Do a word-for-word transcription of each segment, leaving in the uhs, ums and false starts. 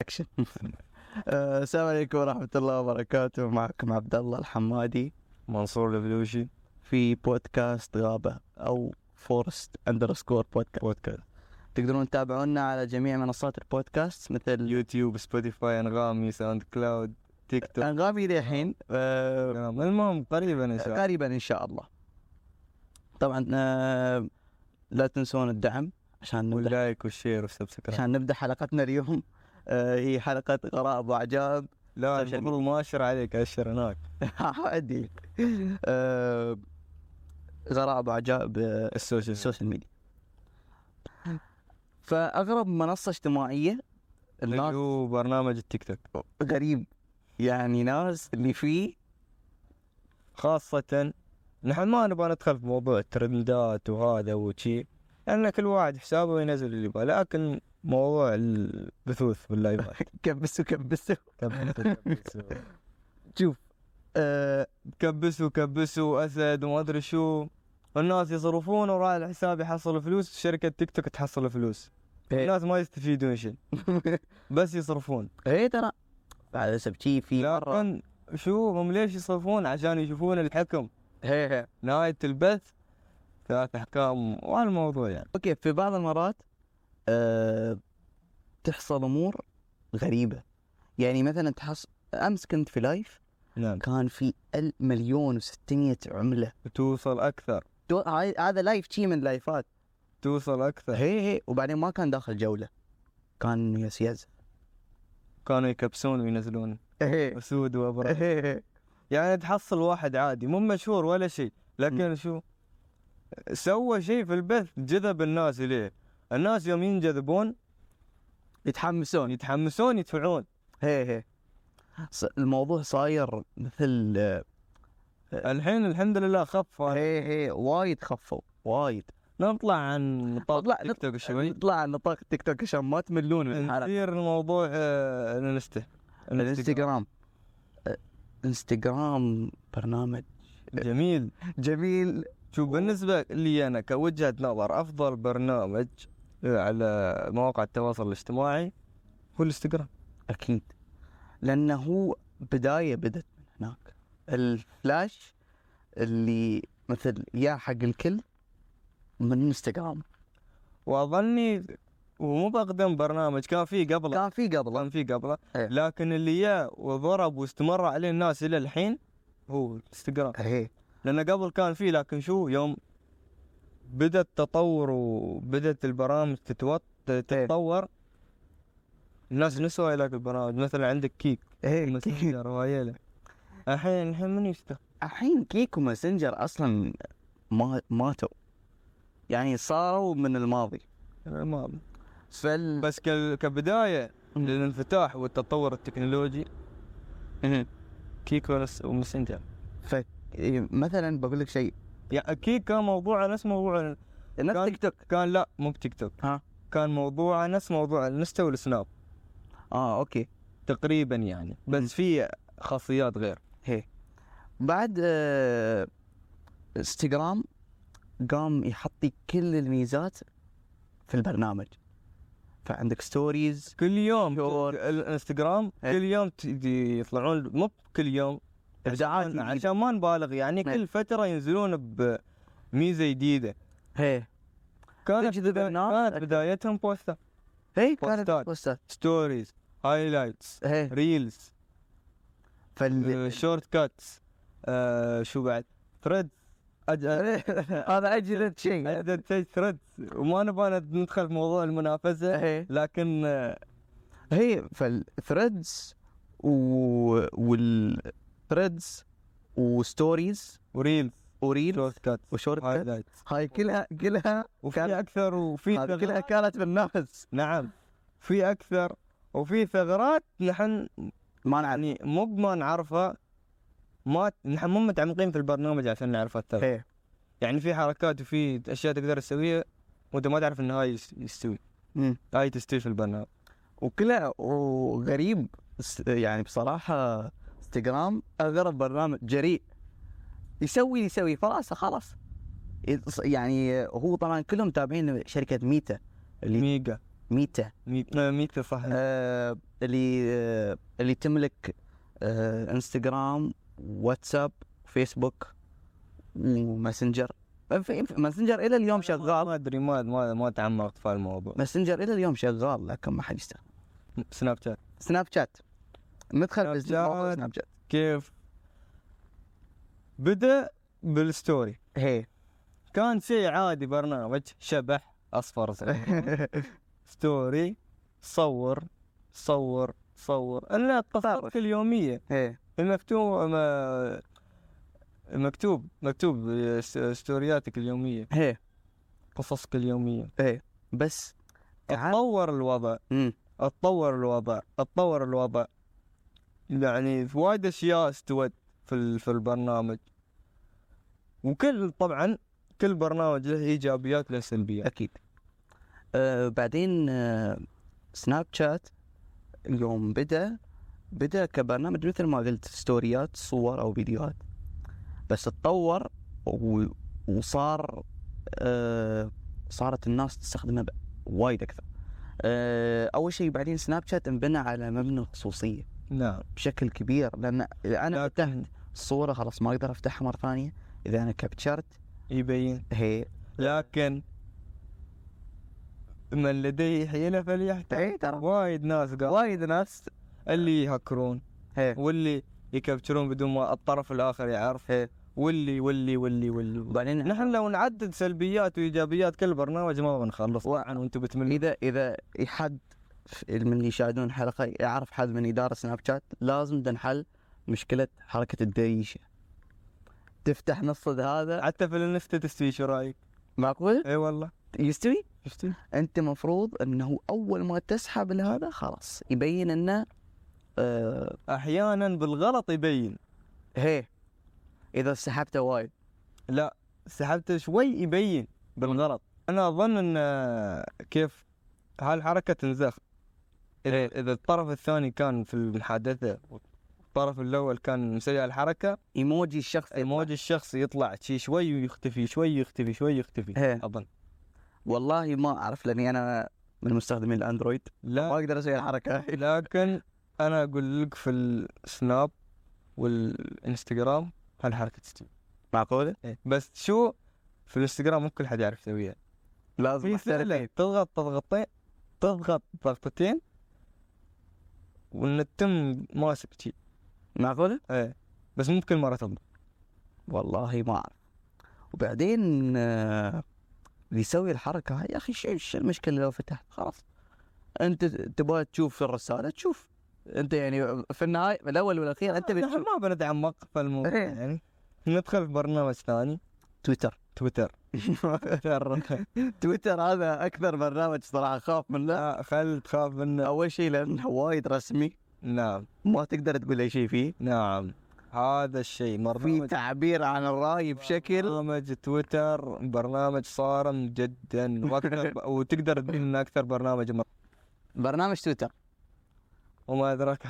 اكشن. السلام عليكم ورحمة الله وبركاته. معكم عبد الله الحمادي، منصور الفلوشي في بودكاست غابة أو فورست أندرسكور بودكاست. بودكاست تقدرون تتابعونا على جميع منصات البودكاست مثل يوتيوب، سبوتيفاي، انغامي، ساوند كلاود، تيك توك. أنغامي للحين آه تمام. المهم قريبا ان شاء الله. قريبا إن شاء الله. طبعا آه لا تنسون الدعم عشان نبدأ واللايك والشير والسبسكرايب. عشان نبدأ حلقتنا اليوم. آه هي حلقة غرائب وأعجاب. لا social المفروض ما اشر عليك، اشر هناك. عادي. آه غرائب وأعجاب آه السوشيال السوشيال ميديا. فأغرب منصة اجتماعية اللي الناس هو برنامج التيك توك. غريب، يعني ناس اللي فيه خاصة نحن ما نبغى ندخل في موضوع الترندات وهذا وشي، لأن كل واحد حسابه وينزل اللي يبغى، لكن موضوع البثوث باللايفات كبسوا كبسوا كبسوا كبسوا شوف آه كبسوا كبسوا أسد وما أدري شو، والناس يصرفون وراء الحساب يحصل فلوس، شركة تيك توك تحصل فلوس، الناس ما يستفيدون شيء بس يصرفون. ايه ترى بعد سبتي في مرة لكن شو هم ليش يصرفون؟ عشان يشوفون الحكم، هي هي نهاية البث ثلاث أحكام والموضوع يعني. اوكي. في بعض المرات آه تحصل امور غريبة، يعني مثلا تحصل امس كنت في لايف نعم. كان في المليون وستمية عملة. توصل أكثر تو- هاي- هذا لايف شي من لايفات. توصل أكثر. هي هي وبعدين ما كان داخل جولة، كان يسيز. كانوا يكبسون وينزلون ايه أسود وأبرار، ايه يعني تحصل واحد عادي مو مشهور ولا شيء، لكن شو سوى شيء في البث جذب الناس إليه. الناس يوم ينجذبون يتحمسون. يتحمسون يدفعون. هي هي ص- الموضوع صاير مثل آه، الحين الحمد لله خف. هي هي وايد خفوا وايد. نطلع عن نطاق نطلع تيك توك شوي، نطلع عن نطاق تيك توك عشان ما تملون من الحلقة. نصير الموضوع آه، الانستا الانستغرام. آه، انستغرام برنامج جميل. جميل. شوف بالنسبة لي أنا كوجهة نظر، أفضل برنامج على مواقع التواصل الاجتماعي هو الانستغرام. اكيد، لانه هو بداية بدت من هناك. الفلاش اللي مثل يا حق الكل من انستغرام. وأظني ومو بأقدم برنامج، كان فيه قبله كان في قبل كان فيه قبله إيه. لكن اللي جاء وضرب واستمر عليه الناس إلى الحين هو الانستغرام. هي لأن قبل كان فيه، لكن شو يوم بدأ التطور وبدأت البرامج تتوط تتطور الناس نسوا إلى البرامج. مثلا عندك كيك هي ماسنجر وهايله، الحين الحين من يشتغل؟ الحين كيك وماسنجر اصلا ما ماتوا، يعني صاروا من الماضي. ما فال بس ك- كبداية مم. للانفتاح والتطور التكنولوجي مم. كيك ونس- وماسنجر. ف مثلا بقول لك شيء، يعني كيك كان موضوع نفس موضوع نفس كان- تيك توك. كان لا مو بتيك توك، ها كان موضوع نفس موضوع الانستا والسناب اه اوكي. تقريبا يعني، مم. بس في خاصيات غير. هي بعد آه... انستغرام قام يحطي كل الميزات في البرنامج. فعندك ستوريز كل يوم شور. ت- الانستغرام إيه. كل يوم ت- يطلعون، مو كل يوم، ابداعات عشان, جديدة. عشان ما نبالغ يعني، إيه. كل فترة ينزلون بميزة جديدة. هي كانت تجذب بدا- الناس كانت أكثر. بدايتهم بوستات، هي كانت بوستات. بوستات. ستوريز، هايلايتس، هي ريلز، فال شورت كاتس، آه شو بعد، ثريد. أج... هذا اجلد شيء. أجدد شيء ثريد، وما نبغى ندخل في موضوع المنافسة، هي لكن آه هي فالثريدز و... والثريدز وستوريز وريلز، وريل شورت كاتس، وشورت كات، هايلايتس، هاي كلها كلها وفي كان- أكثر وفي هذه كلها ثغرات. كانت بالنفس. نعم في أكثر وفي ثغرات نحن ما نعرف. يعني مو بما نعرفها، ما نحن مو متعمقين في البرنامج عشان نعرف الثغرة. هي يعني في حركات وفي اشياء تقدر تسويها وانت ما تعرف ان هاي يس- يستوي مم. هاي تستوي في البرنامج. وكلها وغريب. س- يعني بصراحة انستغرام أغرب برنامج جريء. يسوي يسوي فراسه خلاص. يتص- يعني هو طبعا كلهم تابعين شركة ميتا اللي ميجا ميتا ميتا ميتا صح. آه اللي آه اللي تملك آه انستغرام واتساب فيسبوك وماسنجر. في- في- ماسنجر الى اليوم ما شغال، ادري ما ما ما تعمقت في الموضوع. ماسنجر الى اليوم شغال لكن ما حد يستخدم. سناب شات سناب شات ندخل سناب في موضوع شات. سناب شات. كيف بدأ بالستوري؟ هي كان شيء عادي، برنامج شبح اصفر زي ستوري، صور صور صور الا قصتك اليوميه هي المكتوب ما- مكتوب مكتوب س- ستورياتك اليوميه، هي قصصك اليوميه. هي بس تعال. اتطور الوضع مم. اتطور الوضع اتطور الوضع يعني في وايد اشياء استوت في ال- في البرنامج، وكل طبعا كل برنامج له ايجابيات له سلبيات. اكيد. آه بعدين آه سناب شات اليوم بدا بدا كبرنامج مثل ما قلت ستوريات صور او فيديوهات، بس اتطور و- وصار آه صارت الناس تستخدمه ب- وايد اكثر. آه اول شيء بعدين سناب شات انبنى على مبنى الخصوصيه نعم. بشكل كبير، لان اذا انا فتحت لكن الصوره خلاص ما اقدر افتحها مره ثانيه. اذا انا كابتشرت يبين، هي لكن من لديه حيلة فليحتل. هي ترى وايد ناس قال وايد ناس اللي يهكرون هي واللي يكبترون بدون ما الطرف الآخر يعرف، هي واللي واللي واللي واللي وبعدين نحن لو نعدد سلبيات وإيجابيات كل برنامج ما بنخلص و- طبعا، وانتم بتملون. اذا اذا حد من اللي يشاهدون الحلقه يعرف حد من اداره سناب شات، لازم نحل مشكله حركه الدريشه. تفتح نص هذا حتى في الانستا تستوي، شو رايك؟ معقول اي والله يستوي. شفتي؟ انت مفروض انه اول ما تسحب هذا خلاص يبين انه آه احيانا بالغلط يبين. هي اذا سحبته وايد. لا سحبت شوي يبين بالغلط. انا اظن ان كيف هالحركه تنزخ اذا اذا الطرف الثاني كان في المحادثه والطرف الاول كان مسوي الحركه، ايموجي الشخص ايموجي الشخص يطلع شي شوي ويختفي، شوي يختفي شوي يختفي. هي. اظن والله ما اعرف لاني انا من مستخدمين الاندرويد ما لا، اقدر اسوي الحركه هاي. لكن انا اقول لك في السناب والانستغرام هالحركه تستوي. معقوله إيه. بس شو في الانستغرام مو كل حد يعرف يسويها. لازم في محترفين. سهلة، تضغط تضغطين تضغط ضغطتين والنتم ماسك شي. معقوله ايه بس مو بكل مرة تضغط. والله ما اعرف. وبعدين آه، اللي يسوي الحركه هاي يا اخي شو شو المشكله لو فتحت خلاص انت تبغى تشوف الرساله تشوف انت يعني في النهايه في الاول والاخير انت نحن بتشوف. ما بنتعمق في الموضوع إيه. يعني. ندخل في برنامج ثاني، تويتر تويتر. تويتر تويتر هذا اكثر برنامج صراحه خاف منه. لا خل تخاف منه. اول شيء لانه وايد رسمي نعم ما تقدر تقول اي شيء فيه، نعم هذا الشيء في برنامج تعبير عن الراي بشكل برنامج تويتر برنامج صارم جدا واكثر وتقدر تقول انه اكثر برنامج مر... برنامج تويتر وما ادراك.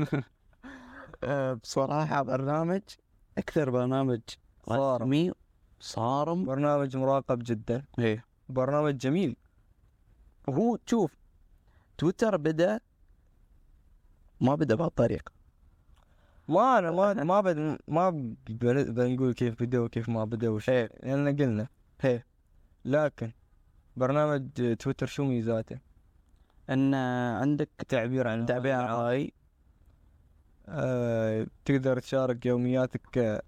أه بصراحه برنامج اكثر برنامج صارم. رسمي صارم. برنامج مراقب جدا، ايه برنامج جميل. هو تشوف تويتر بدا ما بدا بهالطريقه. ما انا ما ما بد ما بن- بنقول كيف بدا وكيف ما بدا وش، إيه. لان قلنا هي لكن برنامج تويتر شو ميزاته؟ ان عندك تعبير عن تعبير عن الراي، آه، تقدر تشارك يومياتك ك-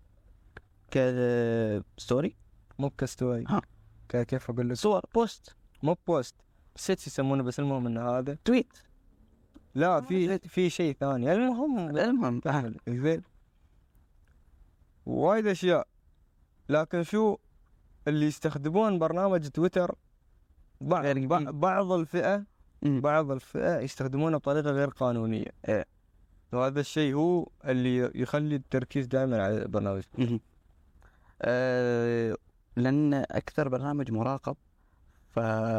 كستوري مو كستوري، ها. ك- كيف اقول لك، صور بوست مو بوست نسيت شو يسمونه، بس المهم ان هذا تويت. لا في في شيء ثاني. المهم المهم كمل. زين وايد اشياء، لكن شو اللي يستخدمون برنامج تويتر بعض غير- بع- بعض الفئة مم. بعض الفئة يستخدمونه بطريقة غير قانونية. إيه. وهذا الشيء هو اللي يخلي التركيز دائما على البرنامج. مهم. أه لان اكثر برنامج مراقب ف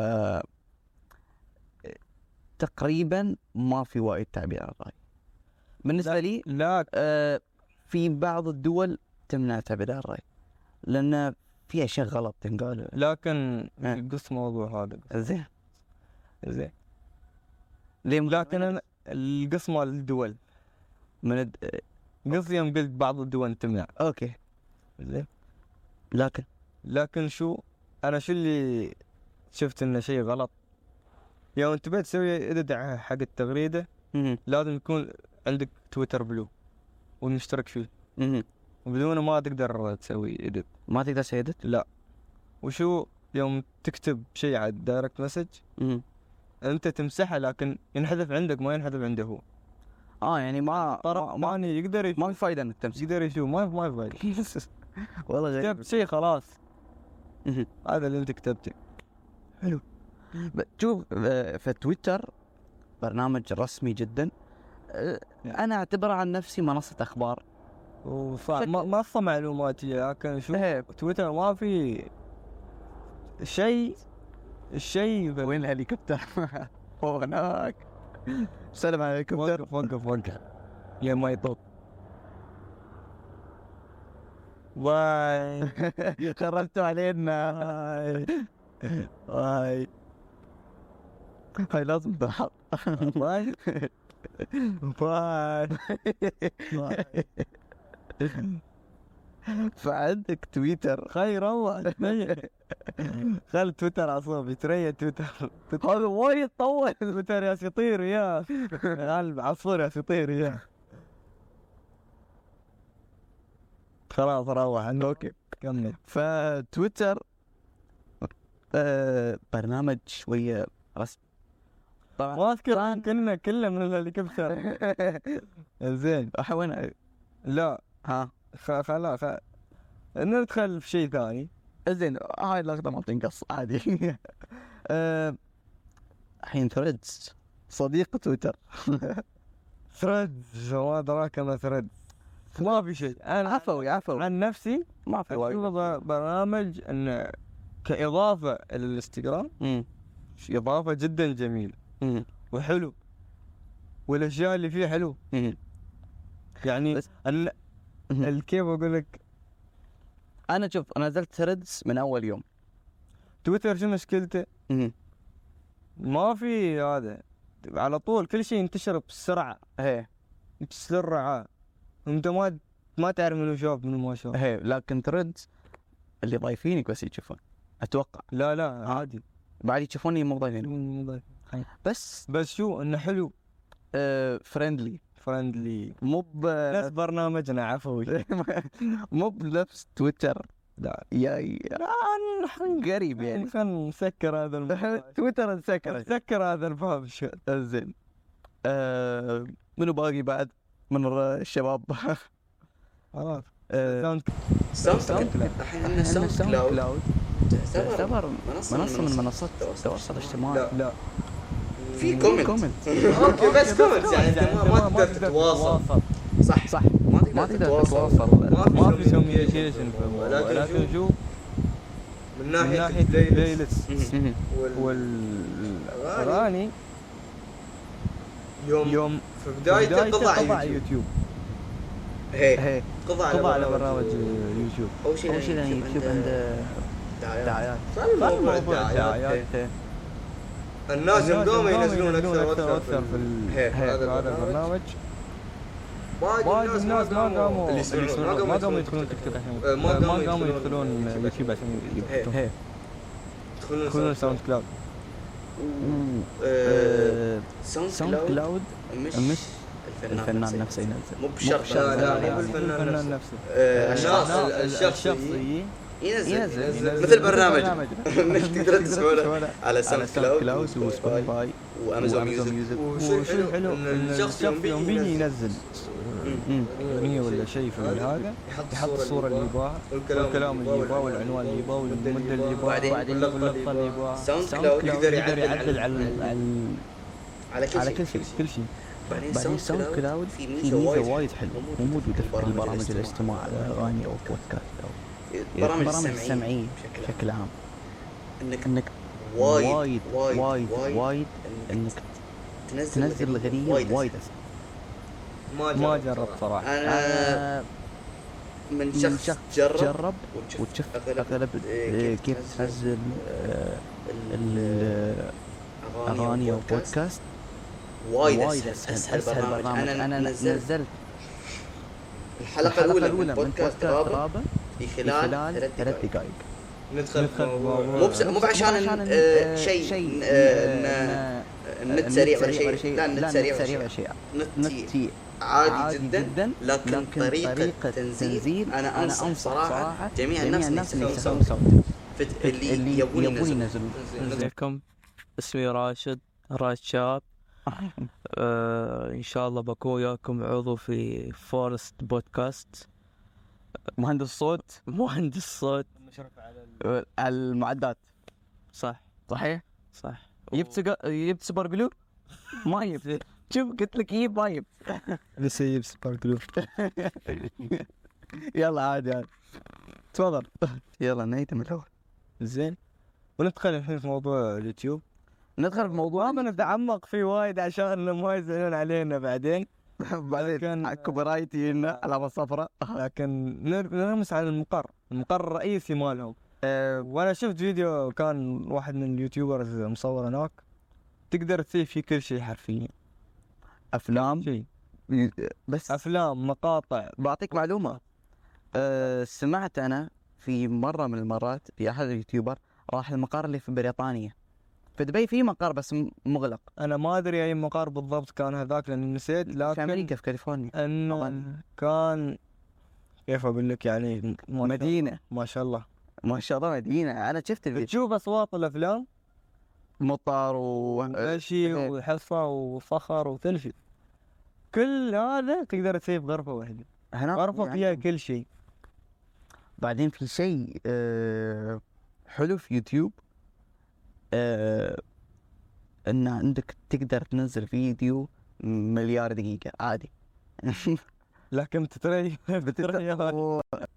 تقريبا ما في وايد تعبير عن الراي بالنسبه لا- لي. لا أه في بعض الدول تمنع تعبير عن الراي لان في اشياء غلط تنقال. لكن إيه. قص موضوع هذا. زين زين. ليه لكن انا القص مال الدول من الد... قص يوم قلت بعض الدول تمنع. اوكي زين. لكن لكن شو انا شو اللي شفت انه شيء غلط، يوم انت بتسوي ادد حق التغريده مم. لازم يكون عندك تويتر بلو ونشترك فيه، مم. وبدونه ما تقدر تسوي ادد. ما تقدر سيدت. لا. وشو يوم تكتب شيء على الدايركت مسج مم. انت تمسحه لكن ينحذف عندك ما ينحذف عنده هو. اه يعني ما طرف ما, ما, ثاني يقدر يشوف، ما في فايده انك تمسك. يقدر يشوف ما ما في فايدة. والله غريب. كتبت شيء خلاص مم. هذا اللي انت كتبته. حلو. ب- شوف آه، في تويتر برنامج رسمي جدا. آه، انا اعتبره عن نفسي منصه اخبار. وصعب ما منصة معلوماتية، لكن شوف إيه. تويتر ما في شيء الشيء ب- وين الهليكوبتر؟ فوق هناك. سلام على الهليكوبتر. وقف وقف وقف يا ما يطوف. باي. خربتوا علينا. هاي هاي لازم تنحط. باي باي. فعندك تويتر. خي روح خل تويتر عصابي تريا تويتر. هذا وايد طول. تويتر يا يطير يا قلب عصفور يا يطير يا. خلاص روح اوكي كمل. فتويتر آه برنامج شوية رسمي طبعا. ما اذكر كنا كله من الهليكوبتر. زين وين لا ها خ خلا خ ندخل في شيء ثاني. زين هاي اللقطة ما بتنقص عادي. آه، الحين ثريدز صديق تويتر. ثريدز ما ادراك ما ثريدز. ما في شيء. انا عفوي عفوي عن نفسي ما في وايد. اشوف برنامج انه كاضافه الى الانستغرام امم اضافه جدا جميله امم وحلو، والاشياء اللي فيه حلو. امم يعني بس- ال... ال- كيف اقول لك، انا شوف انا نزلت ثريدز من اول يوم. تويتر شو مشكلته؟ امم ما في هذا على طول كل شيء ينتشر بسرعه ايه بسرعه، انت ما ما تعرف منو شاف منو ما شاف. ايه لكن ثريدز اللي ضايفينك بس يشوفون اتوقع. لا لا عادي بعد يشوفوني مو ضايفين بس بس شو انه حلو آه فريندلي فرندلي مو ب نفس برنامجنا عفوي. مو بنفس تويتر. لا يا يا قريب يعني. خلينا نسكر هذا الباب. تويتر نسكر. نسكر هذا الباب شو. زين آه منو باقي بعد من الر- الشباب؟ خلاص آه، ساوند ساوند كلاود الحين عندنا عندنا ساوند كلاود كلاود تعتبر تعتبر منصة منصة من منصات التواصل التواصل الاجتماعي. لا. لا في كومنت كومنت اوكي بس كومنت يعني انت ما, ما تقدر تتواصل. صح صح ما تقدر, ما تقدر تتواصل. تتواصل. ما في كوميونيكيشن في الموضوع، ولكن لكن شو من من ناحية ناحيه البلاي البلاي ليست ليست مهم. والاغاني يوم يوم في بداية قطع قطع يوتيوب يوتيوب هي هي قطع قطع على على برنامج برنامج يوتيوب. أول شيء اول شيء لان يوتيوب عنده دعايات دعايات. صار الموضوع موضوع الدعايات الدعايات. هي. الناس يوم قاموا ينزلون أكثر اكثر وأكثر واكثر في ال- هي هذا هذا البرنامج البرنامج. وايد وايد الناس الناس ما قاموا اللي يسمعون ما قاموا يدخلون تيك توك آه، عشان ما ما قاموا قاموا يدخلون يدخلون يوتيوب عشان هي. يدخلون هي يدخلون ساوند كلاود. مم. آه، آه، ساوند ساوند كلاود كلاود مش مش الفنان الفنان نفسه ينزل. مو بشرط لا، لا، لا لا، مو بالفنان الفنان نفسه نفسه. آه، الشخص الشخص الشخصي ينزل ينزل. ينزل مثل برنامج تقدر تسمعونه على ساوند كلاود كلاود وسبوتيفاي وامازون ميوزك وشو وشو الحلو ان الشخص يوم بيجي ينزل مم. اغنيه ولا شيء في هذا يحط الصوره اللي يبغاها والكلام اللي يبغاه والعنوان اللي يبغاه والمده اللي يبغاه وبعدين واللقطه اللي يبغاها. ساوند كلاود يقدر يقدر يعدل يعدل على على على على على كل كل شيء شيء كل شيء. بعدين بعدين ساوند كلاود في ميزه وايد حلوه مو موجوده في البرامج الاستماع على اغاني او بودكاست او برامج برامج السمعيه السمعيه بشكل بشكل عام. انك انك وايد وايد وايد وايد وايد وايد انك انك تنزل تنزل الاغنيه وايد وايد أسهل. ما جربت صراحه. انا انا من من شخص شخص جرب جرب وتشوف وتشوف أغلب اغلب إيه، كيف تنزل آه، ال- ال- اغاني وبودكاست وايد وايد اسهل اسهل اسهل برنامج. انا انا نزلت نزلت الحلقه الاولى من بودكاست رابط رابط في في خلال خلال ثلاث ثلاث دقائق. دقائق. ندخل ندخل مو بموضوع. بس مو عشان آه، شيء آه، النت سريع ولا شيء، لا النت سريع ولا شيء، نت عادي جدا، لكن طريقة تنزيل أنا أنصح صراحة جميع الناس اللي يسوون صوت اللي يبون ينزلون. عليكم، اسمي راشد راشد شاب. آه ان شاء الله بكون وياكم عضو في فورست بودكاست، مهندس صوت، مهندس صوت المعدات. صح صحيح. صح. جبت سجا... جبت سوبر جلو؟ ما جبت. شوف قلت لك جيب ما جبت. لسه يجيب سبار جلو. يلا عادي عادي تفضل. يلا نيتم الاول. زين، وندخل الحين في موضوع اليوتيوب. ندخل في موضوع ما بنتعمق فيه وايد عشان ما يزعلون علينا بعدين. بعدين كان- كوبي رايت يجينا علامة صفراء. لكن نر- نرمس على المقر المقر الرئيسي مالهم. أه وانا شفت فيديو كان واحد من اليوتيوبرز مصور هناك، تقدر تسوي فيه كل شيء حرفيا. افلام شيء بس افلام، مقاطع. بعطيك معلومة. أه سمعت انا في مرة من المرات في احد اليوتيوبر راح المقر اللي في بريطانيا، في دبي في مقر بس م- مغلق. انا ما ادري اي مقر بالضبط كان هذاك لان نسيت، في لكن امريكا في كاليفورنيا. انه طبعاً. كان كيف اقول لك يعني ما شاء- مدينة ما شاء الله. ما شاء الله مدينة. انا شفت الفيديو تشوف اصوات الافلام، مطر و مشي إيه. وحصه وصخر وكل شيء، كل هذا تقدر تسوي بغرفه واحده، هناك غرفه يعني. فيها كل شيء. بعدين في شيء أه حلو في يوتيوب، أه ان عندك تقدر تنزل فيديو مليار دقيقة عادي. لكن تتريح بتتريح. و-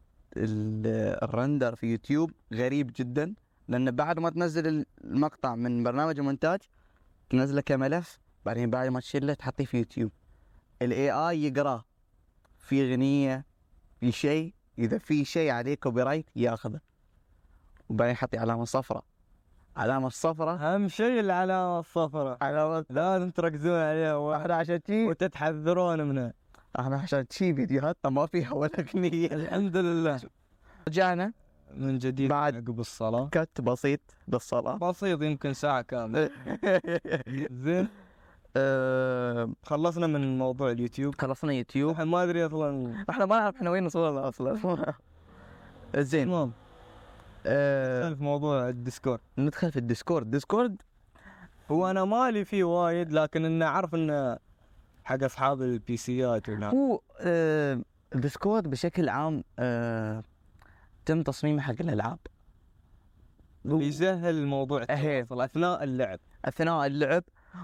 ال- الرندر في يوتيوب غريب جدا، لان بعد ما تنزل المقطع من برنامج المونتاج تنزله كملف، بعدين بعد ما تشيله تحطيه في يوتيوب، الاي اي يقراه، في اغنية في شيء، اذا في شيء عليه كوبي رايت ياخذه، وبعدين يحطي علامة صفراء. علامة صفراء اهم شيء العلامه الصفراء، علامة. لازم تركزون عليها احنا عشان شي وتتحذرون منها. احنا عشان شي فيديوهاتنا ما فيها ولا اغنية. الحمد لله. رجعنا من جديد بعد- عقب الصلاه، كت بسيط بالصلاة. بسيط يمكن ساعه كامله. زين، أه، خلصنا من موضوع اليوتيوب. خلصنا يوتيوب. الحين ما ادري اصلا. احنا ما نعرف احنا وين وصلنا اصلا. زين. تمام، أه في موضوع الديسكورد. ندخل في الديسكورد. ديسكورد هو انا مالي فيه وايد، لكن اني اعرف انه حق اصحاب البي سيات ولا. هو أه الديسكورد بشكل عام أه تم تصميمه حق الالعاب، يسهل الموضوع أهي. التواصل اثناء اللعب. اثناء اللعب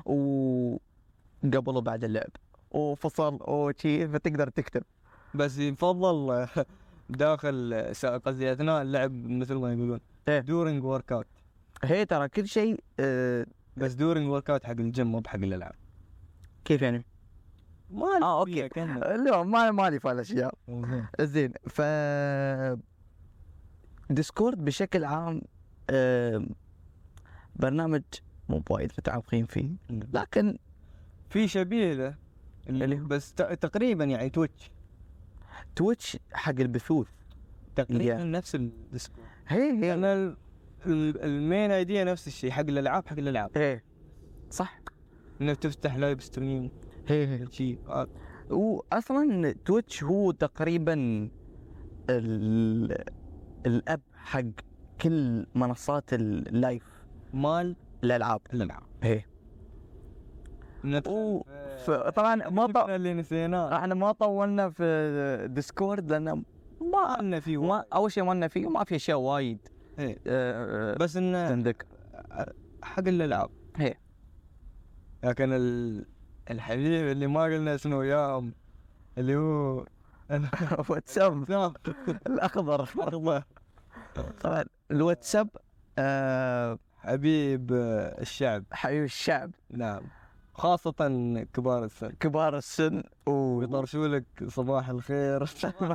وقبل وبعد اللعب وفصل وشي، فتقدر تكتب. بس يفضل داخل س- قصدي اثناء اللعب مثل ما يقولون إيه. دورينج ورك اوت. هي ترى كل شيء أه بس دورينج ورك اوت حق الجيم مو بحق الالعاب. كيف يعني؟ ما اه اوكي. لا ما مالي في هالاشياء. زين. ف ديسكورد بشكل عام آه، برنامج مو وايد متعمقين فيه، لكن في شبيه له اللي اللي هو؟ بس ت- تقريبا يعني تويتش تويتش حق البثوث. تقريبا Yeah. نفس الديسكورد. هي هي انا ال- ال- المين ايديا نفس الشيء حق الالعاب حق الالعاب، هي صح. انك تفتح لايف ستريم هي هي شيء. آه، واصلا تويتش هو تقريبا ال... الاب حق كل منصات اللايف مال الالعاب. الالعاب. هي ندخل و... في- فطبعا ما ط... اللي نسيناه احنا ما طولنا في ديسكورد لان ما انه في ما وايد. اول شيء ما لنا فيه وما في اشياء وايد إيه. أه... بس انه تندك. حق الالعاب. هي. لكن ال... الحبيب اللي ما قلنا اسمه وياهم اللي هو واتساب نعم. الاخضر. طبعا الواتساب أه... حبيب آه، الشعب. حبيب الشعب، نعم، خاصة كبار السن كبار السن و... يطرشوا لك صباح الخير.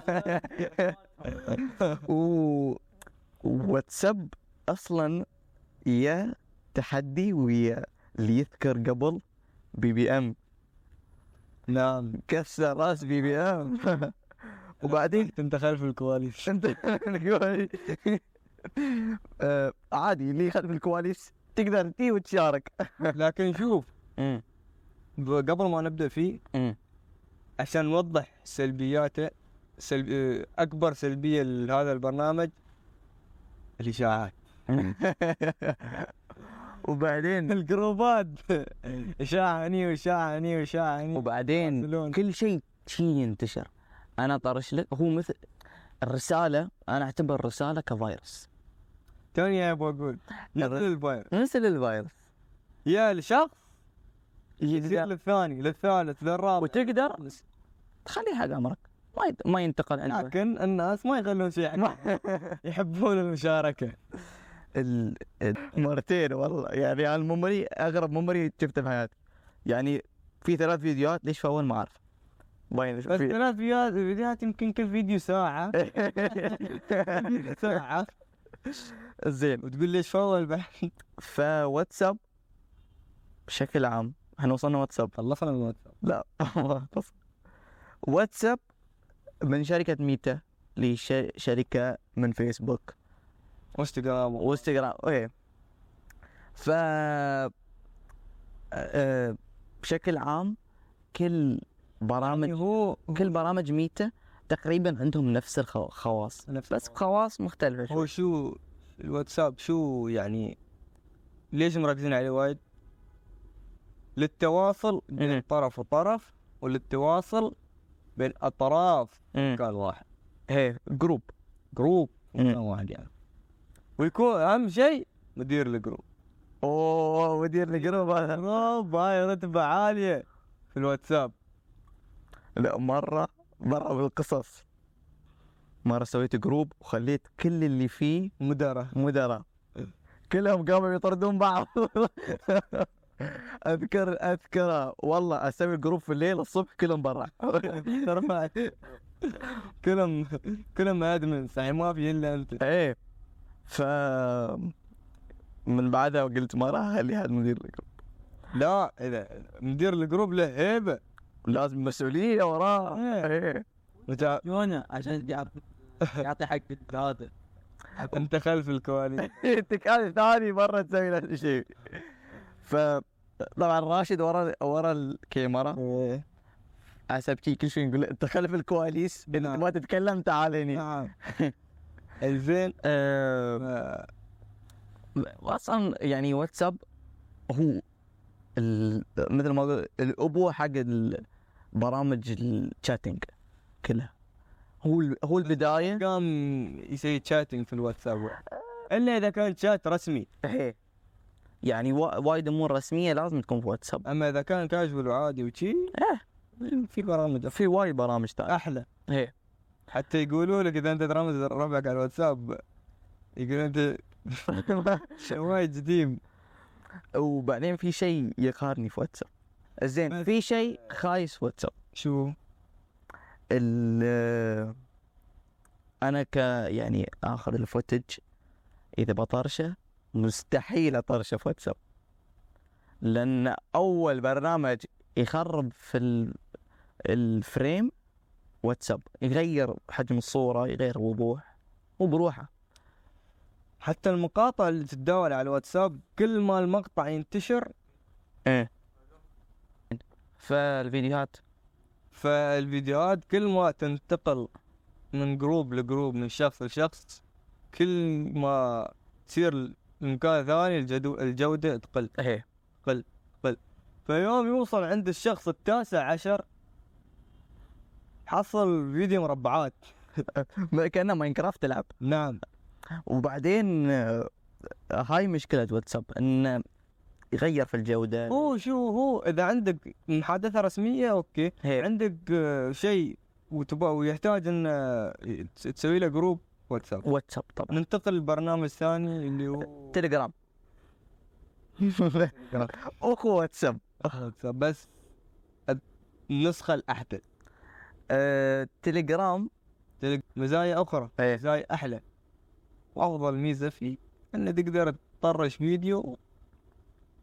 و... واتساب اصلا يا تحدي ويا اللي يذكر قبل بي بي ام، نعم كسر راس بي بي ام. وبعدين انت خلف الكواليس. انت آه، عادي اللي خلف الكواليس تقدر تي وتشارك. لكن شوف امم قبل ما نبدا فيه امم عشان نوضح سلبياته، سلب... آه، اكبر سلبيه لهذا البرنامج الاشاعات. وبعدين الجروبات اشاعه هني واشاعه هني واشاعه هني. وبعدين بارسلونة. كل شيء شيء ينتشر. انا طرش لك، هو مثل الرساله، انا اعتبر الرساله كفيروس، توني ابغى اقول مثل الفيروس، مثل الفيروس يا لشخص يصير يقدر للثاني للثالث للرابع، وتقدر تخليه حق عمرك، ما يد... ما ينتقل عنده. لكن الناس ما يخلون شيء حق يحبون المشاركه. ال... ال- مرتين والله، يعني الممري اغرب ممري شفته في حياتي. يعني في ثلاث فيديوهات ليش في اول ما اعرف باين بس في... ثلاث فيديوهات فيديوهات يمكن كل فيديو ساعه ساعه، زين. وتقول ليش فول بعد. فواتساب بشكل عام، احنا وصلنا واتساب؟ خلصنا من الواتساب. لا. واتساب من شركة ميتا لشركة من فيسبوك وانستغرام وانستغرام. ايه. ف آه، بشكل عام كل برامج هو كل برامج ميتا تقريبا عندهم نفس الخواص، نفس بس خواص مختلفة شوي. هو شو الواتساب شو يعني ليش مركزين عليه وايد؟ للتواصل بين مم. طرف وطرف، وللتواصل بين اطراف مم. مكان واحد، ايه جروب. جروب مم. مكان واحد يعني. ويكون اهم شيء مدير الجروب. اوه مدير الجروب هذا. جروب هاي رتبة عالية في الواتساب. لا مرة مرة بالقصص، مرة سويت جروب وخليت كل اللي فيه مدراء مدراء، كلهم قاموا يطردون بعض. اذكر اذكر والله اسوي جروب في الليل الصبح كلهم برا. رفعت كلهم كلهم ادمن صحيح ما في الا انت. ايه. ف من بعدها قلت ما راح اخلي حد مدير الجروب، لا اذا مدير الجروب له هيبة لازم مسؤولية وراه. إيه. ايه. وتع... يونا عشان يعطي يعطي حق هذا. انت خلف الكواليس. انت هذه ثاني مرة تسوي نفس الشيء. ف طبعا راشد ورا ورا الكاميرا، ايه حسب شي كل شيء نقول له انت خلف الكواليس، انت نعم. ما تتكلم تعال هني. نعم. الزين أه... آه، اصلا يعني واتساب هو ال... مثل ما اقول الابوه حق البرامج الشاتنج كلها، هو ال... هو البدايه. قام يسوي تشاتنج في الواتساب الا اذا كان شات رسمي، ايه يعني وا... وايد امور رسميه لازم تكون في واتساب. اما اذا كان كاجوال وعادي وشي ايه في برامج في وايد برامج ثانيه احلى. ايه. حتى يقولوا لك اذا انت ترمز ربعك على الواتساب يقول انت وايد قديم. وبعدين في شيء يقهرني في واتساب، زين في شيء خايس في واتساب. شو ال انا ك يعني اخذ الفوتج اذا بطرشه مستحيل اطرشه في واتساب، لان اول برنامج يخرب في ال... الفريم واتساب، يغير حجم الصوره، يغير وضوح وبروحه. حتى المقاطع اللي تتداول على الواتساب كل ما المقطع ينتشر ايه. فالفيديوهات فالفيديوهات كل ما تنتقل من جروب لجروب من شخص لشخص كل ما تصير المكان ثاني الجدو الجودة تقل ايه. قل قل فيوم يوصل عند الشخص التاسع عشر حصل فيديو مربعات. كأنه ماينكرافت تلعب. نعم. وبعدين آه، هاي مشكلة واتساب انه يغير في الجودة. هو شو هو اذا عندك محادثة رسمية اوكي، هي. عندك آه، شيء وتبغى ويحتاج ان آه، تسوي له جروب واتساب، واتساب طبعا. ننتقل للبرنامج الثاني اللي هو تليجرام. اخو واتساب. واتساب بس النسخة الأحدث. أه، تليجرام تلق- مزايا أخرى، ايه. مزايا أحلى، وأفضل ميزة فيه إنه تقدر تطرش فيديو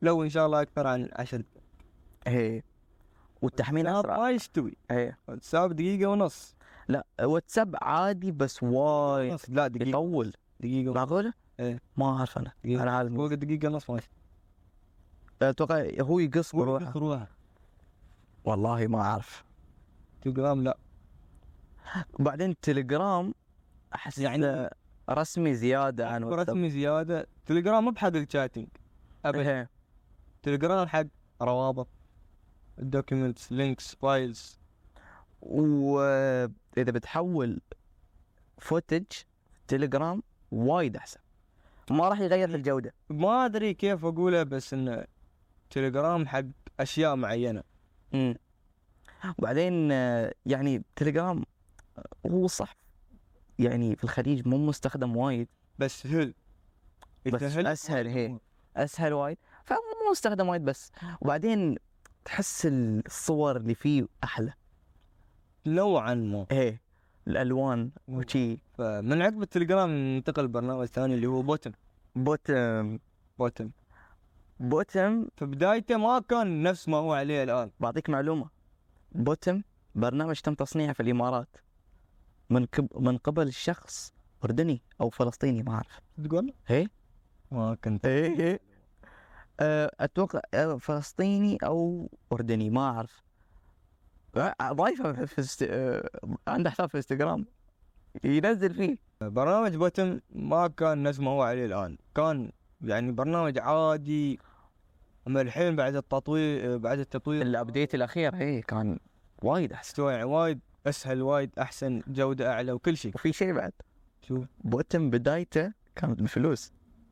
لو ان شاء الله اكثر عن عشر دقائق. ايه والتحميل واتساب اسرع. ما يستوي. ايه واتساب دقيقة ونص. لا واتساب عادي بس وايد نص لا دقيقة. يطول. دقيقة ونص. معقولة؟ ايه ما اعرف انا. دقيقة. انا عارف فوق دقيقة ونص ماشي. اتوقع هو يقص بروحه. روحه. والله ما اعرف. تليجرام لا. وبعدين التليجرام احس يعني يعني رسمي زيادة عن واتساب. رسمي زيادة. تليجرام مو بحق الشاتنج ابدا. إيه. تليجرام حق روابط، دوكيومنتس، لينكس، فايلز. واذا بتحول فوتج تليجرام وايد احسن، ما راح يغير الجودة. ما ادري كيف اقولها بس ان تليجرام حق اشياء معينة. امم وبعدين آه، يعني تليجرام هو صح يعني في الخليج مو مستخدم وايد، بس سهل. بس يسهل. اسهل هي اسهل وايد، فمو مستخدم وايد بس. وبعدين تحس الصور اللي فيه احلى، نوعا ما. ايه الالوان وشي. فمن عقب التليجرام ننتقل لبرنامج ثاني اللي هو بوتم. بوتم بوتم بوتم في بدايته ما كان نفس ما هو عليه الآن. بعطيك معلومة، بوتم برنامج تم تصنيعه في الامارات من كب... من قبل شخص اردني او فلسطيني ما اعرف. تقول ايه ما كنت. ايه ايه أه، اتوقع أه، فلسطيني او اردني ما اعرف. أه، ضايفه في است... أه، عنده حساب في انستغرام ينزل فيه. برنامج بوتم ما كان نفس ما هو عليه الآن، كان يعني برنامج عادي. أما الحين بعد التطوير بعد التطوير الابديت الاخير ايه كان وايد احسن، استوى يعني وايد أسهل، وايد أحسن، جودة أعلى وكل شيء. وفي شيء بعد شو بوتم بدايته كانت بفلوس.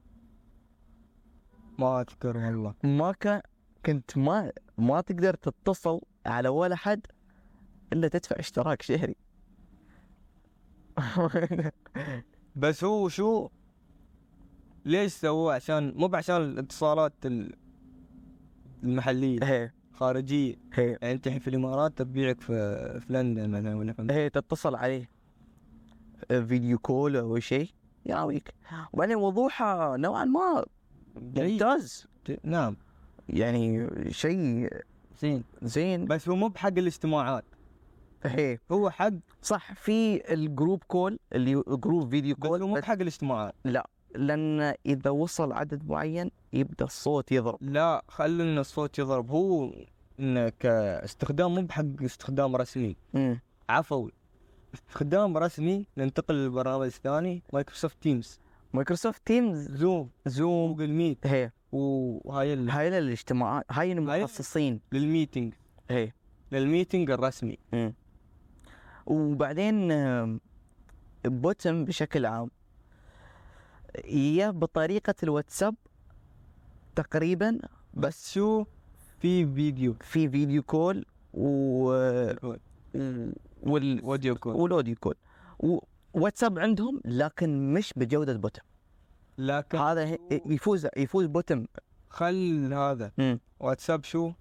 ما أذكر والله. ما كان كنت ما ما تقدر تتصل على ولا حد الا تدفع اشتراك شهري. بس هو شو ليش سووه؟ عشان مو عشان الاتصالات ال- المحلية هي خارجية. هي يعني انت الحين في الامارات تبيعك في في لندن مثلا ولا في هي تتصل عليه فيديو كول او شيء يراويك، وبعدين وضوحه نوعا ما ممتاز نعم يعني شيء زين. زين. بس هو مو بحق الاجتماعات، هي هو حق صح في الجروب كول اللي جروب فيديو بس كول هو مو بس بحق الاجتماعات. لا، لان اذا وصل عدد معين يبدا الصوت يضرب. لا خلي ان الصوت يضرب. هو انه كاستخدام مو بحق استخدام رسمي. امم عفوي استخدام رسمي. ننتقل للبرنامج الثاني مايكروسوفت تيمز، مايكروسوفت تيمز، زوم، زوم، جوجل ميت، هي وهاي ال- هاي للاجتماعات، هاي المخصصين. للميتينج هي للميتينج الرسمي. امم وبعدين آم، بوتم بشكل عام هي بطريقة الواتساب تقريبا، بس شو في فيديو في فيديو كول و وال اوديو كول. والاوديو كول وواتساب عندهم، لكن مش بجودة بوتم. لكن هذا هي- يفوز يفوز بوتم. خل هذا امم واتساب شو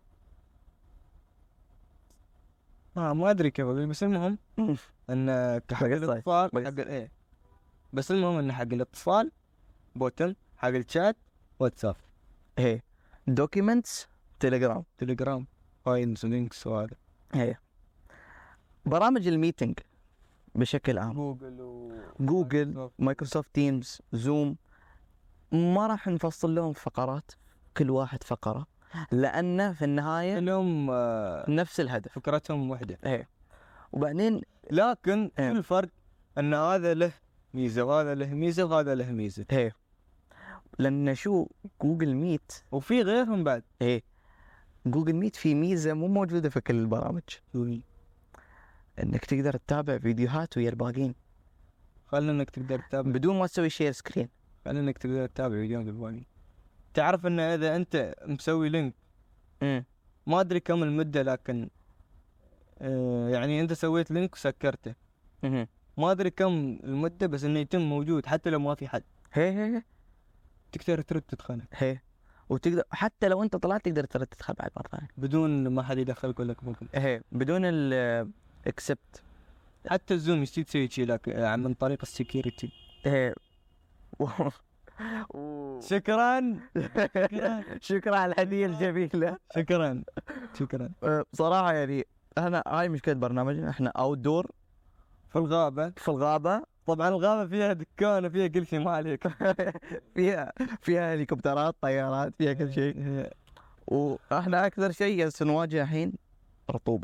آه ما ادري كيف اقول، بس المهم مم. ان كحق بقصة. الاتصال بقصة. حق ايه بس المهم ان حق الاتصال بوتم، حق الشات واتساب، هي دوكيومنتس تليجرام، تليجرام، فايلز ولينكس وهذا. هي برامج الميتنج بشكل عام جوجل و جوجل، مايكروسوفت تيمز، زوم، ما راح نفصل لهم فقرات، كل واحد فقرة، لأن في النهاية لهم آه نفس الهدف. فكرتهم وحده. ايه وبعدين لكن إيه. شو الفرق؟ ان هذا له ميزه وهذا له ميزه وهذا له ميزه، ايه لأن شو جوجل ميت، وفي غيرهم بعد. ايه جوجل ميت في ميزة مو موجودة في كل البرامج، انك تقدر تتابع فيديوهات ويا الباقين خلنا انك تقدر تتابع بدون ما تسوي شير سكرين. خلنا انك تقدر تتابع فيديوهات الباقي. تعرف ان اذا انت مسوي لينك امم ما ادري كم المده، لكن آه يعني انت سويت لينك وسكرته، اها ما ادري كم المده، بس انه يتم موجود حتى لو ما في حد، هي هي تقدر ترد تدخله هي وتقدر حتى لو انت طلعت تقدر ترى تدخل بعد مرة ثانية. بدون ما حد يدخلك ولا ممكن. هي بدون ال اكسبت. حتى الزوم يصير تسوي شيء لك آه، من طريق السكيورتي. ايه و... شكرا شكرا على الهدية الجميلة. شكرا شكرا. بصراحة يعني أنا هاي مشكلة برنامجنا، إحنا أوت دور في الغابة. في الغابة. طبعا الغابة فيها دكان وفيها كل شيء، ما عليك. فيها فيها هليكوبترات، طيارات، فيها كل شيء. وإحنا أكثر شيء هسه نواجه الحين رطوبة.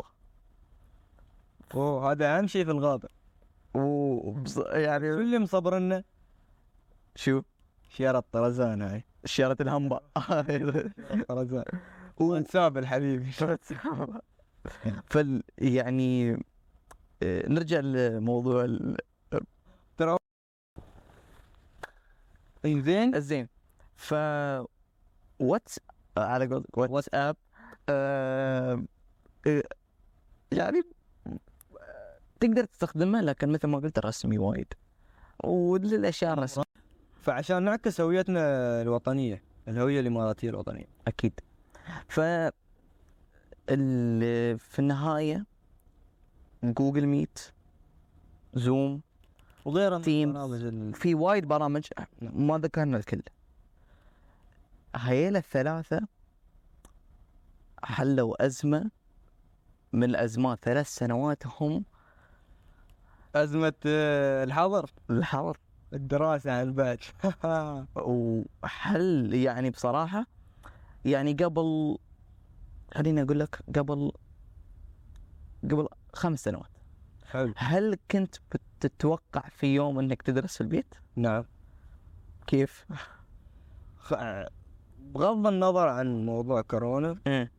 أوه هذا أهم شيء في الغابة. و يعني شو اللي مصبرنا؟ شو؟ شيارة طرزان هاي. شيارة الهمبا. طرزان. وانساب الحبيبي. فال يعني آه، نرجع لموضوع ال... ترى زين الزين. ف واتس على قولك واتس اب آه... آه... يعني تقدر تستخدمه، لكن مثل ما قلت رسمي وايد وللاشياء الرسميه. فعشان نعكس هويتنا الوطنيه، الهويه الاماراتيه الوطنيه. اكيد. ف ال... في النهايه جوجل ميت، زوم وغيرها تيم، ال... في وايد برامج ما ذكرنا الكل. هيلا الثلاثة حلوا أزمة من الأزمات، ثلاث سنوات هم أزمة الحظر الحظر الدراسة على الباج. وحل يعني بصراحة يعني قبل خليني أقول لك قبل قبل خمس سنوات. حلو. هل كنت بتتوقع في يوم انك تدرس في البيت؟ نعم. كيف؟ خ... بغض النظر عن موضوع كورونا م.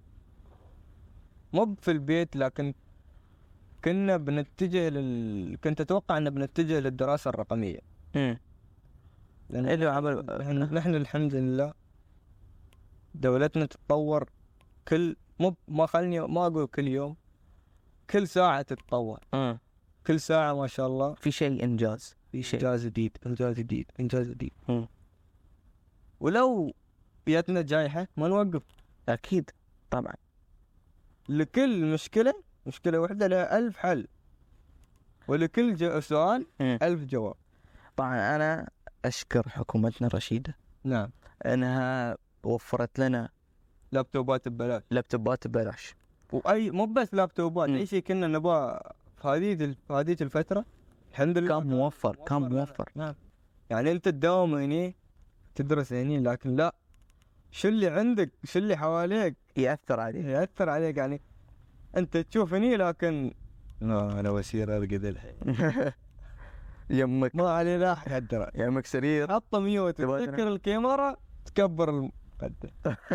مو في البيت، لكن كنا بنتجه لل كنت اتوقع ان بنتجه للدراسة الرقمية. امم لان اللي عمل نحن, نحن الحمد لله دولتنا تتطور كل مو ما خلني ما اقول كل يوم، كل ساعة تتطور. م. كل ساعة ما شاء الله في شيء انجاز، في شيء انجاز جديد انجاز جديد انجاز جديد. م. ولو بيتنا جايحة ما نوقف. اكيد طبعا. لكل مشكلة مشكلة واحدة لها ألف حل، ولكل جو... سؤال م. ألف جواب. طبعا انا اشكر حكومتنا الرشيدة نعم. انها وفرت لنا لابتوبات ببلاش، لابتوبات ببلاش. واي مو بس لابتوبات، م. اي شيء كنا نبغاه في هذه ال... في هذه الفترة الحمد لله كان موفر كان موفر. نعم. يعني انت تداوم هني تدرس هني، لكن لا، شو اللي عندك شو اللي حواليك يأثر عليه. يأثر عليك. يعني انت تشوف هني لكن لا انا وسير ارقد الحين. يمك ما علي لا حد يمك سرير حط ميوت، تسكر الكاميرا تكبر المقدم.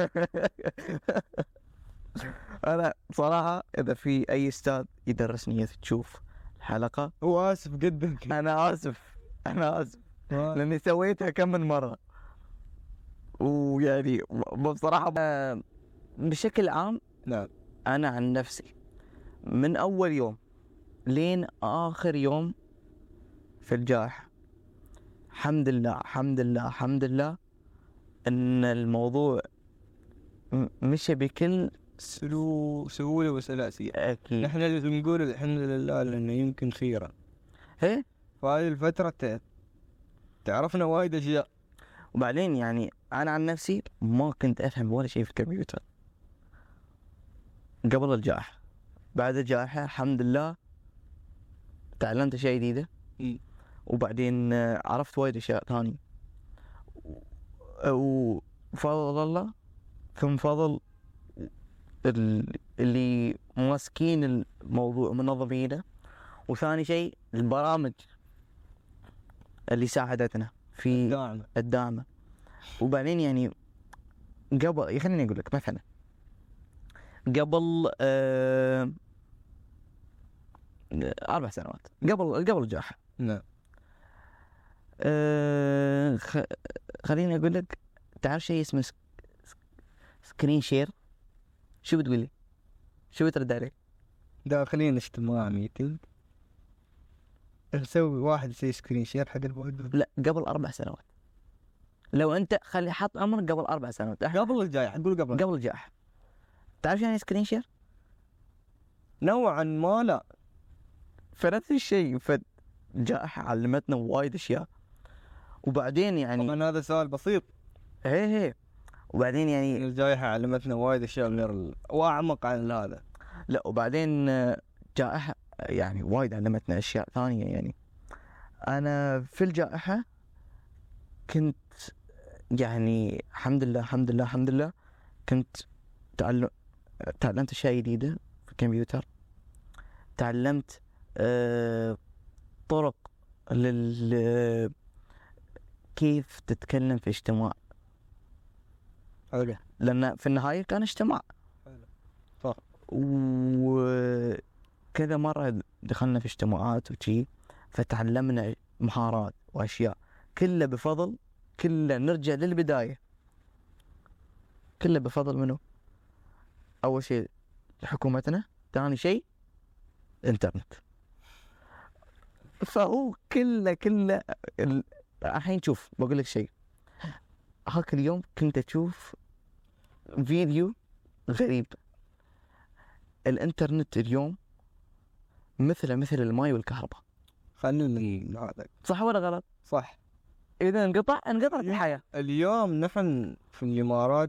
انا بصراحة اذا في اي استاذ يدرسني تشوف الحلقة، هو اسف جدا. انا اسف انا اسف لاني سويتها كم من مرة. ويعني بصراحة بشكل عام نعم انا عن نفسي من اول يوم لين اخر يوم في الجائحة الحمد لله الحمد لله الحمد لله ان الموضوع مشى بكل سلو سهولة وسلاسية. اكيد. نحن اللي نقول الحمد لله لانه يمكن خيرا. ايه فهذه الفترة تعرفنا وايد اشياء. وبعدين يعني انا عن نفسي ما كنت افهم ولا شيء في الكمبيوتر قبل الجائحة. بعد الجائحة الحمد لله تعلمت اشياء جديدة، وبعدين عرفت وايد اشياء ثانية، وفضل الله ثم فضل اللي ماسكين الموضوع منظمينه، وثاني شيء البرامج اللي ساعدتنا في الدعم الدعم. وبعدين يعني قبل خليني اقول لك مثلا قبل آه اربع سنوات قبل قبل الجائحة. نعم. أه خ... خليني اقول لك، تعرف شيء اسمه سك... سكرين شير؟ شو بتقول لي؟ شو بترد عليك؟ داخلين اجتماع ميتنج نسوي واحد يسوي سكرين شير حق البعد. لا قبل اربع سنوات. لو انت خلي حط عمرك قبل اربع سنوات قبل الجائحة، نقول قبل قبل الجائحة. تعرف يعني سكرين شير؟ نوعا ما لا. فنفس الشيء، فالجائحة علمتنا وايد اشياء. وبعدين يعني طبعا هذا سؤال بسيط، هي هي وبعدين يعني الجائحة علمتنا وايد أشياء غير ال... وأعمق عن هذا. لا وبعدين آه، جائحة يعني وايد علمتنا أشياء ثانية. يعني أنا في الجائحة كنت يعني الحمد لله الحمد لله الحمد لله كنت تعلم تعلمت أشياء جديدة في الكمبيوتر. تعلمت أه طرق لل كيف تتكلم في اجتماع، حلو. لأن في النهاية كان اجتماع. صح. وكذا مرة دخلنا في اجتماعات وشي، فتعلمنا مهارات وأشياء كلها بفضل كلها نرجع للبداية، كلها بفضل منه؟ أول شيء حكومتنا، ثاني شيء الإنترنت. فهو كله كله ال- الحين شوف بقول لك شيء. هاك اليوم كنت أشوف فيديو غريب. الإنترنت اليوم مثل مثل الماء والكهرباء، خلينا هذا صح ولا غلط؟ صح. إذا انقطع انقطعت الحياة. اليوم نحن في الإمارات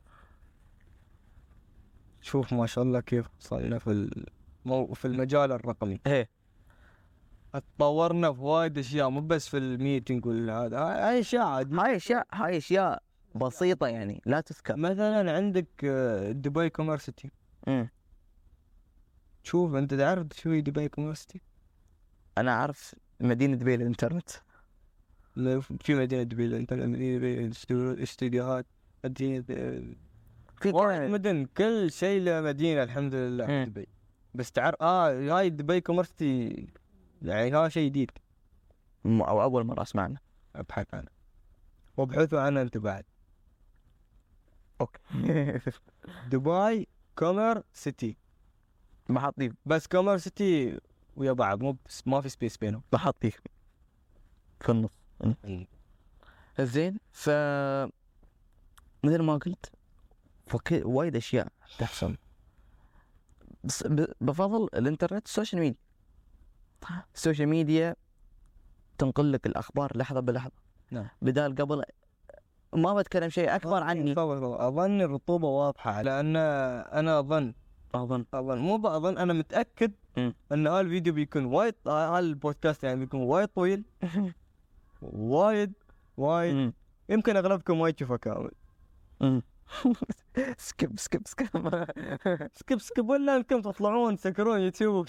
شوف ما شاء الله كيف صلنا في المو... في المجال الرقمي. إيه تطورنا في وايد أشياء، مو بس في الميتنج والهذا، هاي أشياء عادية. هاي أشياء هاي أشياء بسيطة يعني لا تذكر. مثلا عندك آه، دبي كوميرسيتي. امم شوف أنت تعرف شو هي دبي كوميرسيتي؟ أنا أعرف مدينة دبي للإنترنت. لا، في مدينة دبي، أنت مدينة دبي الاستوديو- الاستديوهات، مدينة في وايد كمان مدن، كل شيء له مدينة الحمد لله مم. في دبي. بس تعرف اه هاي دبي كوميرسيتي يعني هذا شيء جديد، م- أو أول مرة أسمع عنه. ابحث عنه وابحثوا عنه انت بعد. أوكي. دبي كومر سيتي، بحطيه بس كومر سيتي ويا بعض، مو بس ما في سبيس بينهم. بحطيه في النص. مم. زين ف مثل ما قلت فك... وايد أشياء تحصل بس ب... بفضل الإنترنت. السوشيال ميديا السوشيال ميديا تنقل لك الأخبار لحظة بلحظة. نعم. بدال قبل ما بتكلم شيء أكبر عني. اظن الرطوبة واضحة، لان انا اظن أظن اظن مو باظن انا متاكد مم. ان هذا الفيديو بيكون وايد، هذا البودكاست يعني بيكون وايد طويل وايد وايد. مم. يمكن اغلبكم ما يشوفه كامل. مم. سكيب سكيب سكيب. سكيب سكيب ولا انكم تطلعون تسكرون يوتيوب.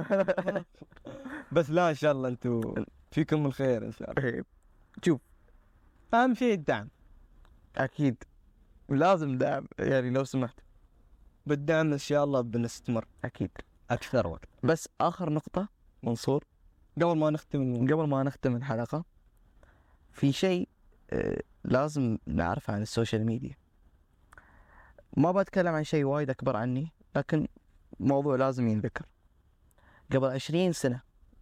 بس لا ان شاء الله انتم فيكم الخير ان شاء الله. شوف اهم شيء الدعم، أكيد لازم دعم يعني لو سمحت. بالدعم ان شاء الله بنستمر أكيد. اكثر وقت. بس آخر نقطة منصور قبل ما نختم الموضوع. قبل ما نختم الحلقة، في شيء آه، لازم نعرفه عن السوشيال ميديا. ما بتكلم عن شيء وايد أكبر عني، لكن موضوع لازم ينذكر. قبل عشرين سنة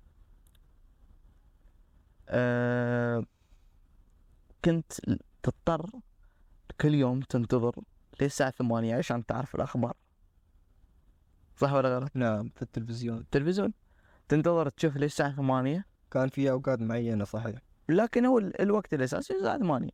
أه كنت تضطر كل يوم تنتظر للساعة ثمانية عشان تعرف الأخبار، صح ولا غلط؟ نعم، في التلفزيون التلفزيون تنتظر تشوف للساعة ثمانية، كان في اوقات معينة صحيح. لكن هو ال- الوقت الأساسي الساعة ثمانية،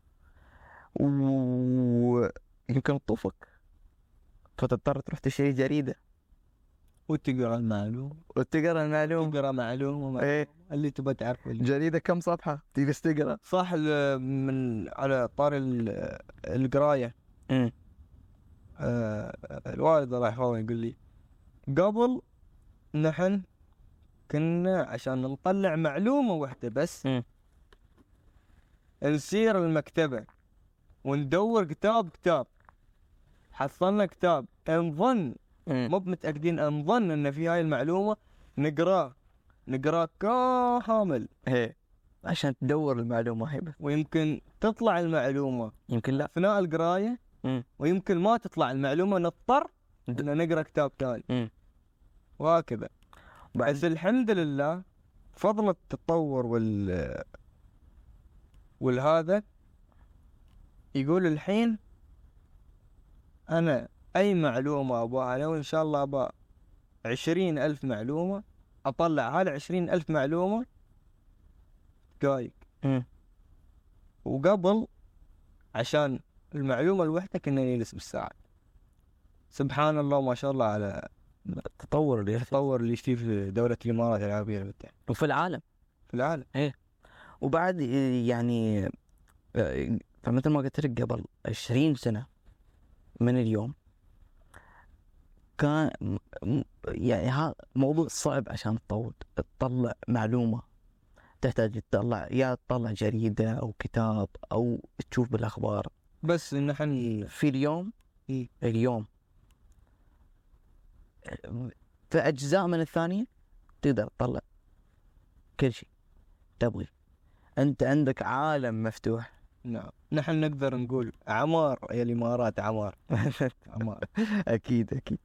ويمكن تطوفك فتضطر تروح تشتري جريدة وتقرا المعلومة، وتقرا المعلومة. تقرا معلومة معلومة ايه اللي تبغى تعرفه. جريدة كم صفحة تجلس تقرا. صح. ال- من على طار ال- القراية، امم آه، الوالد الله يحفظه يقول لي قبل نحن كنا عشان نطلع معلومة واحدة بس مم. نسير المكتبة وندور كتاب كتاب، حصلنا كتاب نظن مو متأكدين نظن ان في هاي المعلومة، نقراه نقراه كامل ايه عشان تدور المعلومة هي بس. ويمكن تطلع المعلومة يمكن لا. أثناء القراية، مم. ويمكن ما تطلع المعلومة، نضطر ان نقرا كتاب ثاني مم. وهكذا. بعد بس الحمد لله فضل التطور وال والهذا يقول الحين أنا أي معلومة أبغاها، لو إن شاء الله أبغى عشرين ألف معلومة أطلع هذا عشرين ألف معلومة دقايق. مم. وقبل عشان المعلومة الوحدة كنا نجلس بالساعة. سبحان الله ما شاء الله على التطور اللي التطور اللي فيه في دولة الإمارات العربية المتحدة وفي العالم في العالم. وبعد يعني فمثل ما قلت لك قبل عشرين سنة من اليوم كان يعني هذا موضوع صعب عشان تطور تطلع معلومة، تحتاج تطلع يا تطلع جريدة أو كتاب أو تشوف بالأخبار. بس نحن في اليوم إيه؟ اليوم في أجزاء من الثانية تقدر تطلع كل شيء تبغي، أنت عندك عالم مفتوح. نعم نحن نقدر نقول عمار يا الإمارات عمار عمار. أكيد أكيد.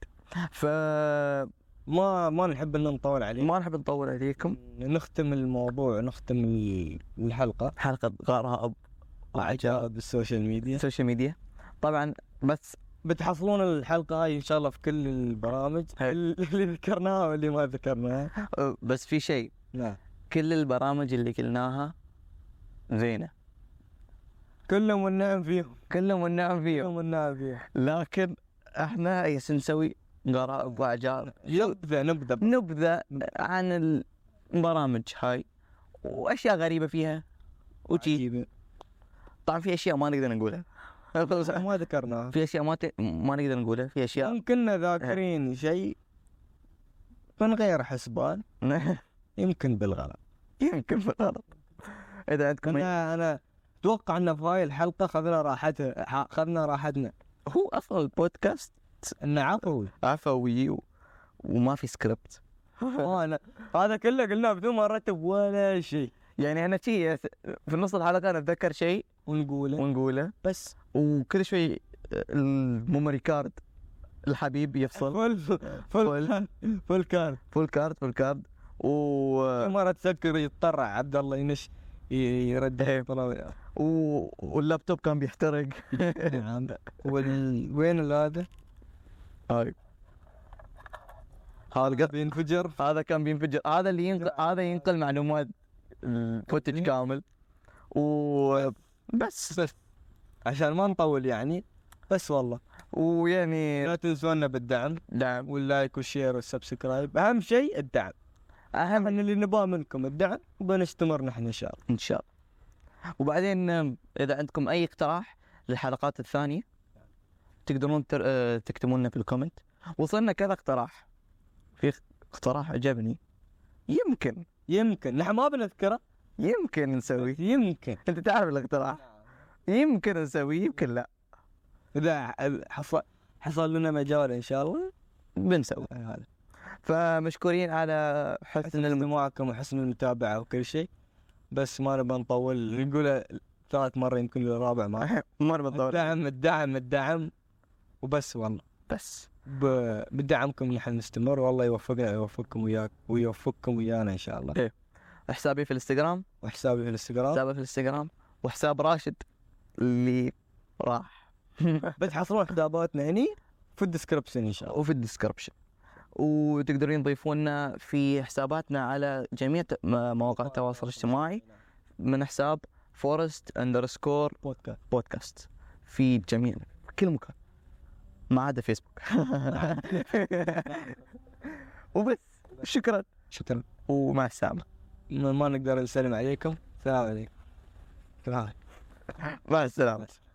فما ما نحب أن نطول عليكم، ما نحب نطول عليكم، نختم الموضوع نختم الحلقة حلقة غرائب وعجائب بالسوشيال ميديا. السوشيال ميديا طبعا. بس بتحصلون الحلقة هاي إن شاء الله في كل البرامج اللي ذكرناها واللي ما ذكرناها. بس في شيء، نعم كل البرامج اللي قلناها زينة، كلهم والنعم فيهم، كلهم والنعم فيهم، كلهم والنعم فيهم. لكن احنا يس نسوي غرائب وعجائب، نبذة نبذة نبذة عن البرامج هاي واشياء غريبة فيها وشي. عجيبة. طبعا في اشياء ما نقدر نقولها ما ذكرناها، في اشياء ما ت... ما نقدر نقولها، في اشياء يمكننا ذاكرين شيء من غير حسبان يمكن بالغلط يمكن بالغلط. اذا عندكم انا انا اتوقع ان في هاي الحلقة خذنا راحتها خذنا راحتنا. هو اصلا البودكاست انه عفوي عفوي و... وما في سكريبت. انا هذا كله قلناه بدون ما نرتب ولا شيء، يعني انا شيء في نص الحلقة نتذكر شيء ونقوله ونقوله بس، وكل شوي الميموري كارد الحبيب يفصل. فل فل فل كارد فول كارد فول كارد و مرة تسكر يتطرع عبد الله ينش يرد و... واللابتوب كان بيحترق. وال... وين هذا؟ هاي هذا بينفجر، هذا كان بينفجر، هذا اللي ينقل هذا ينقل معلومات الفوتج كامل وبس. بس عشان ما نطول يعني، بس والله ويعني لا تنسونا بالدعم، دعم واللايك والشير والسبسكرايب. اهم شيء الدعم، اهم احنا اللي نبغاه منكم الدعم، وبنستمر نحن ان شاء الله ان شاء الله. وبعدين اذا عندكم اي اقتراح للحلقات الثانية تقدرون تر... تكتبون لنا في الكومنت. وصلنا كذا اقتراح، في اقتراح عجبني، يمكن يمكن نحن ما بنذكره، يمكن نسوي، يمكن انت تعرف الاقتراح، يمكن نسوي يمكن لا. اذا حصل حصل لنا مجال ان شاء الله بنسوي هذا. فمشكورين على حسن الم... استماعكم وحسن المتابعة وكل شيء. بس ما نبغى نطول، نقول ثالث مرة يمكن الرابع ما ما نبطل. الدعم الدعم الدعم وبس والله. بس ب... بدعمكم نحن نستمر، والله يوفقنا ويوفقكم وياك ويوفقكم ويانا ان شاء الله. إيه. حسابي في الانستغرام، وحسابي في الانستغرام، حسابي في الانستغرام وحساب راشد اللي راح بتحصلون حساباتنا هني في الديسكربشن ان شاء الله وفي الديسكربشن. وتقدرون تضيفونا في حساباتنا على جميع مواقع التواصل الاجتماعي من حساب فورست اندرسكور بودكاست بودكاست في جميع في كل مكان ما عدا فيسبوك. وبس شكرا شكرا ومع السلامة. ما نقدر نسلم عليكم. السلام عليكم. مع السلامة.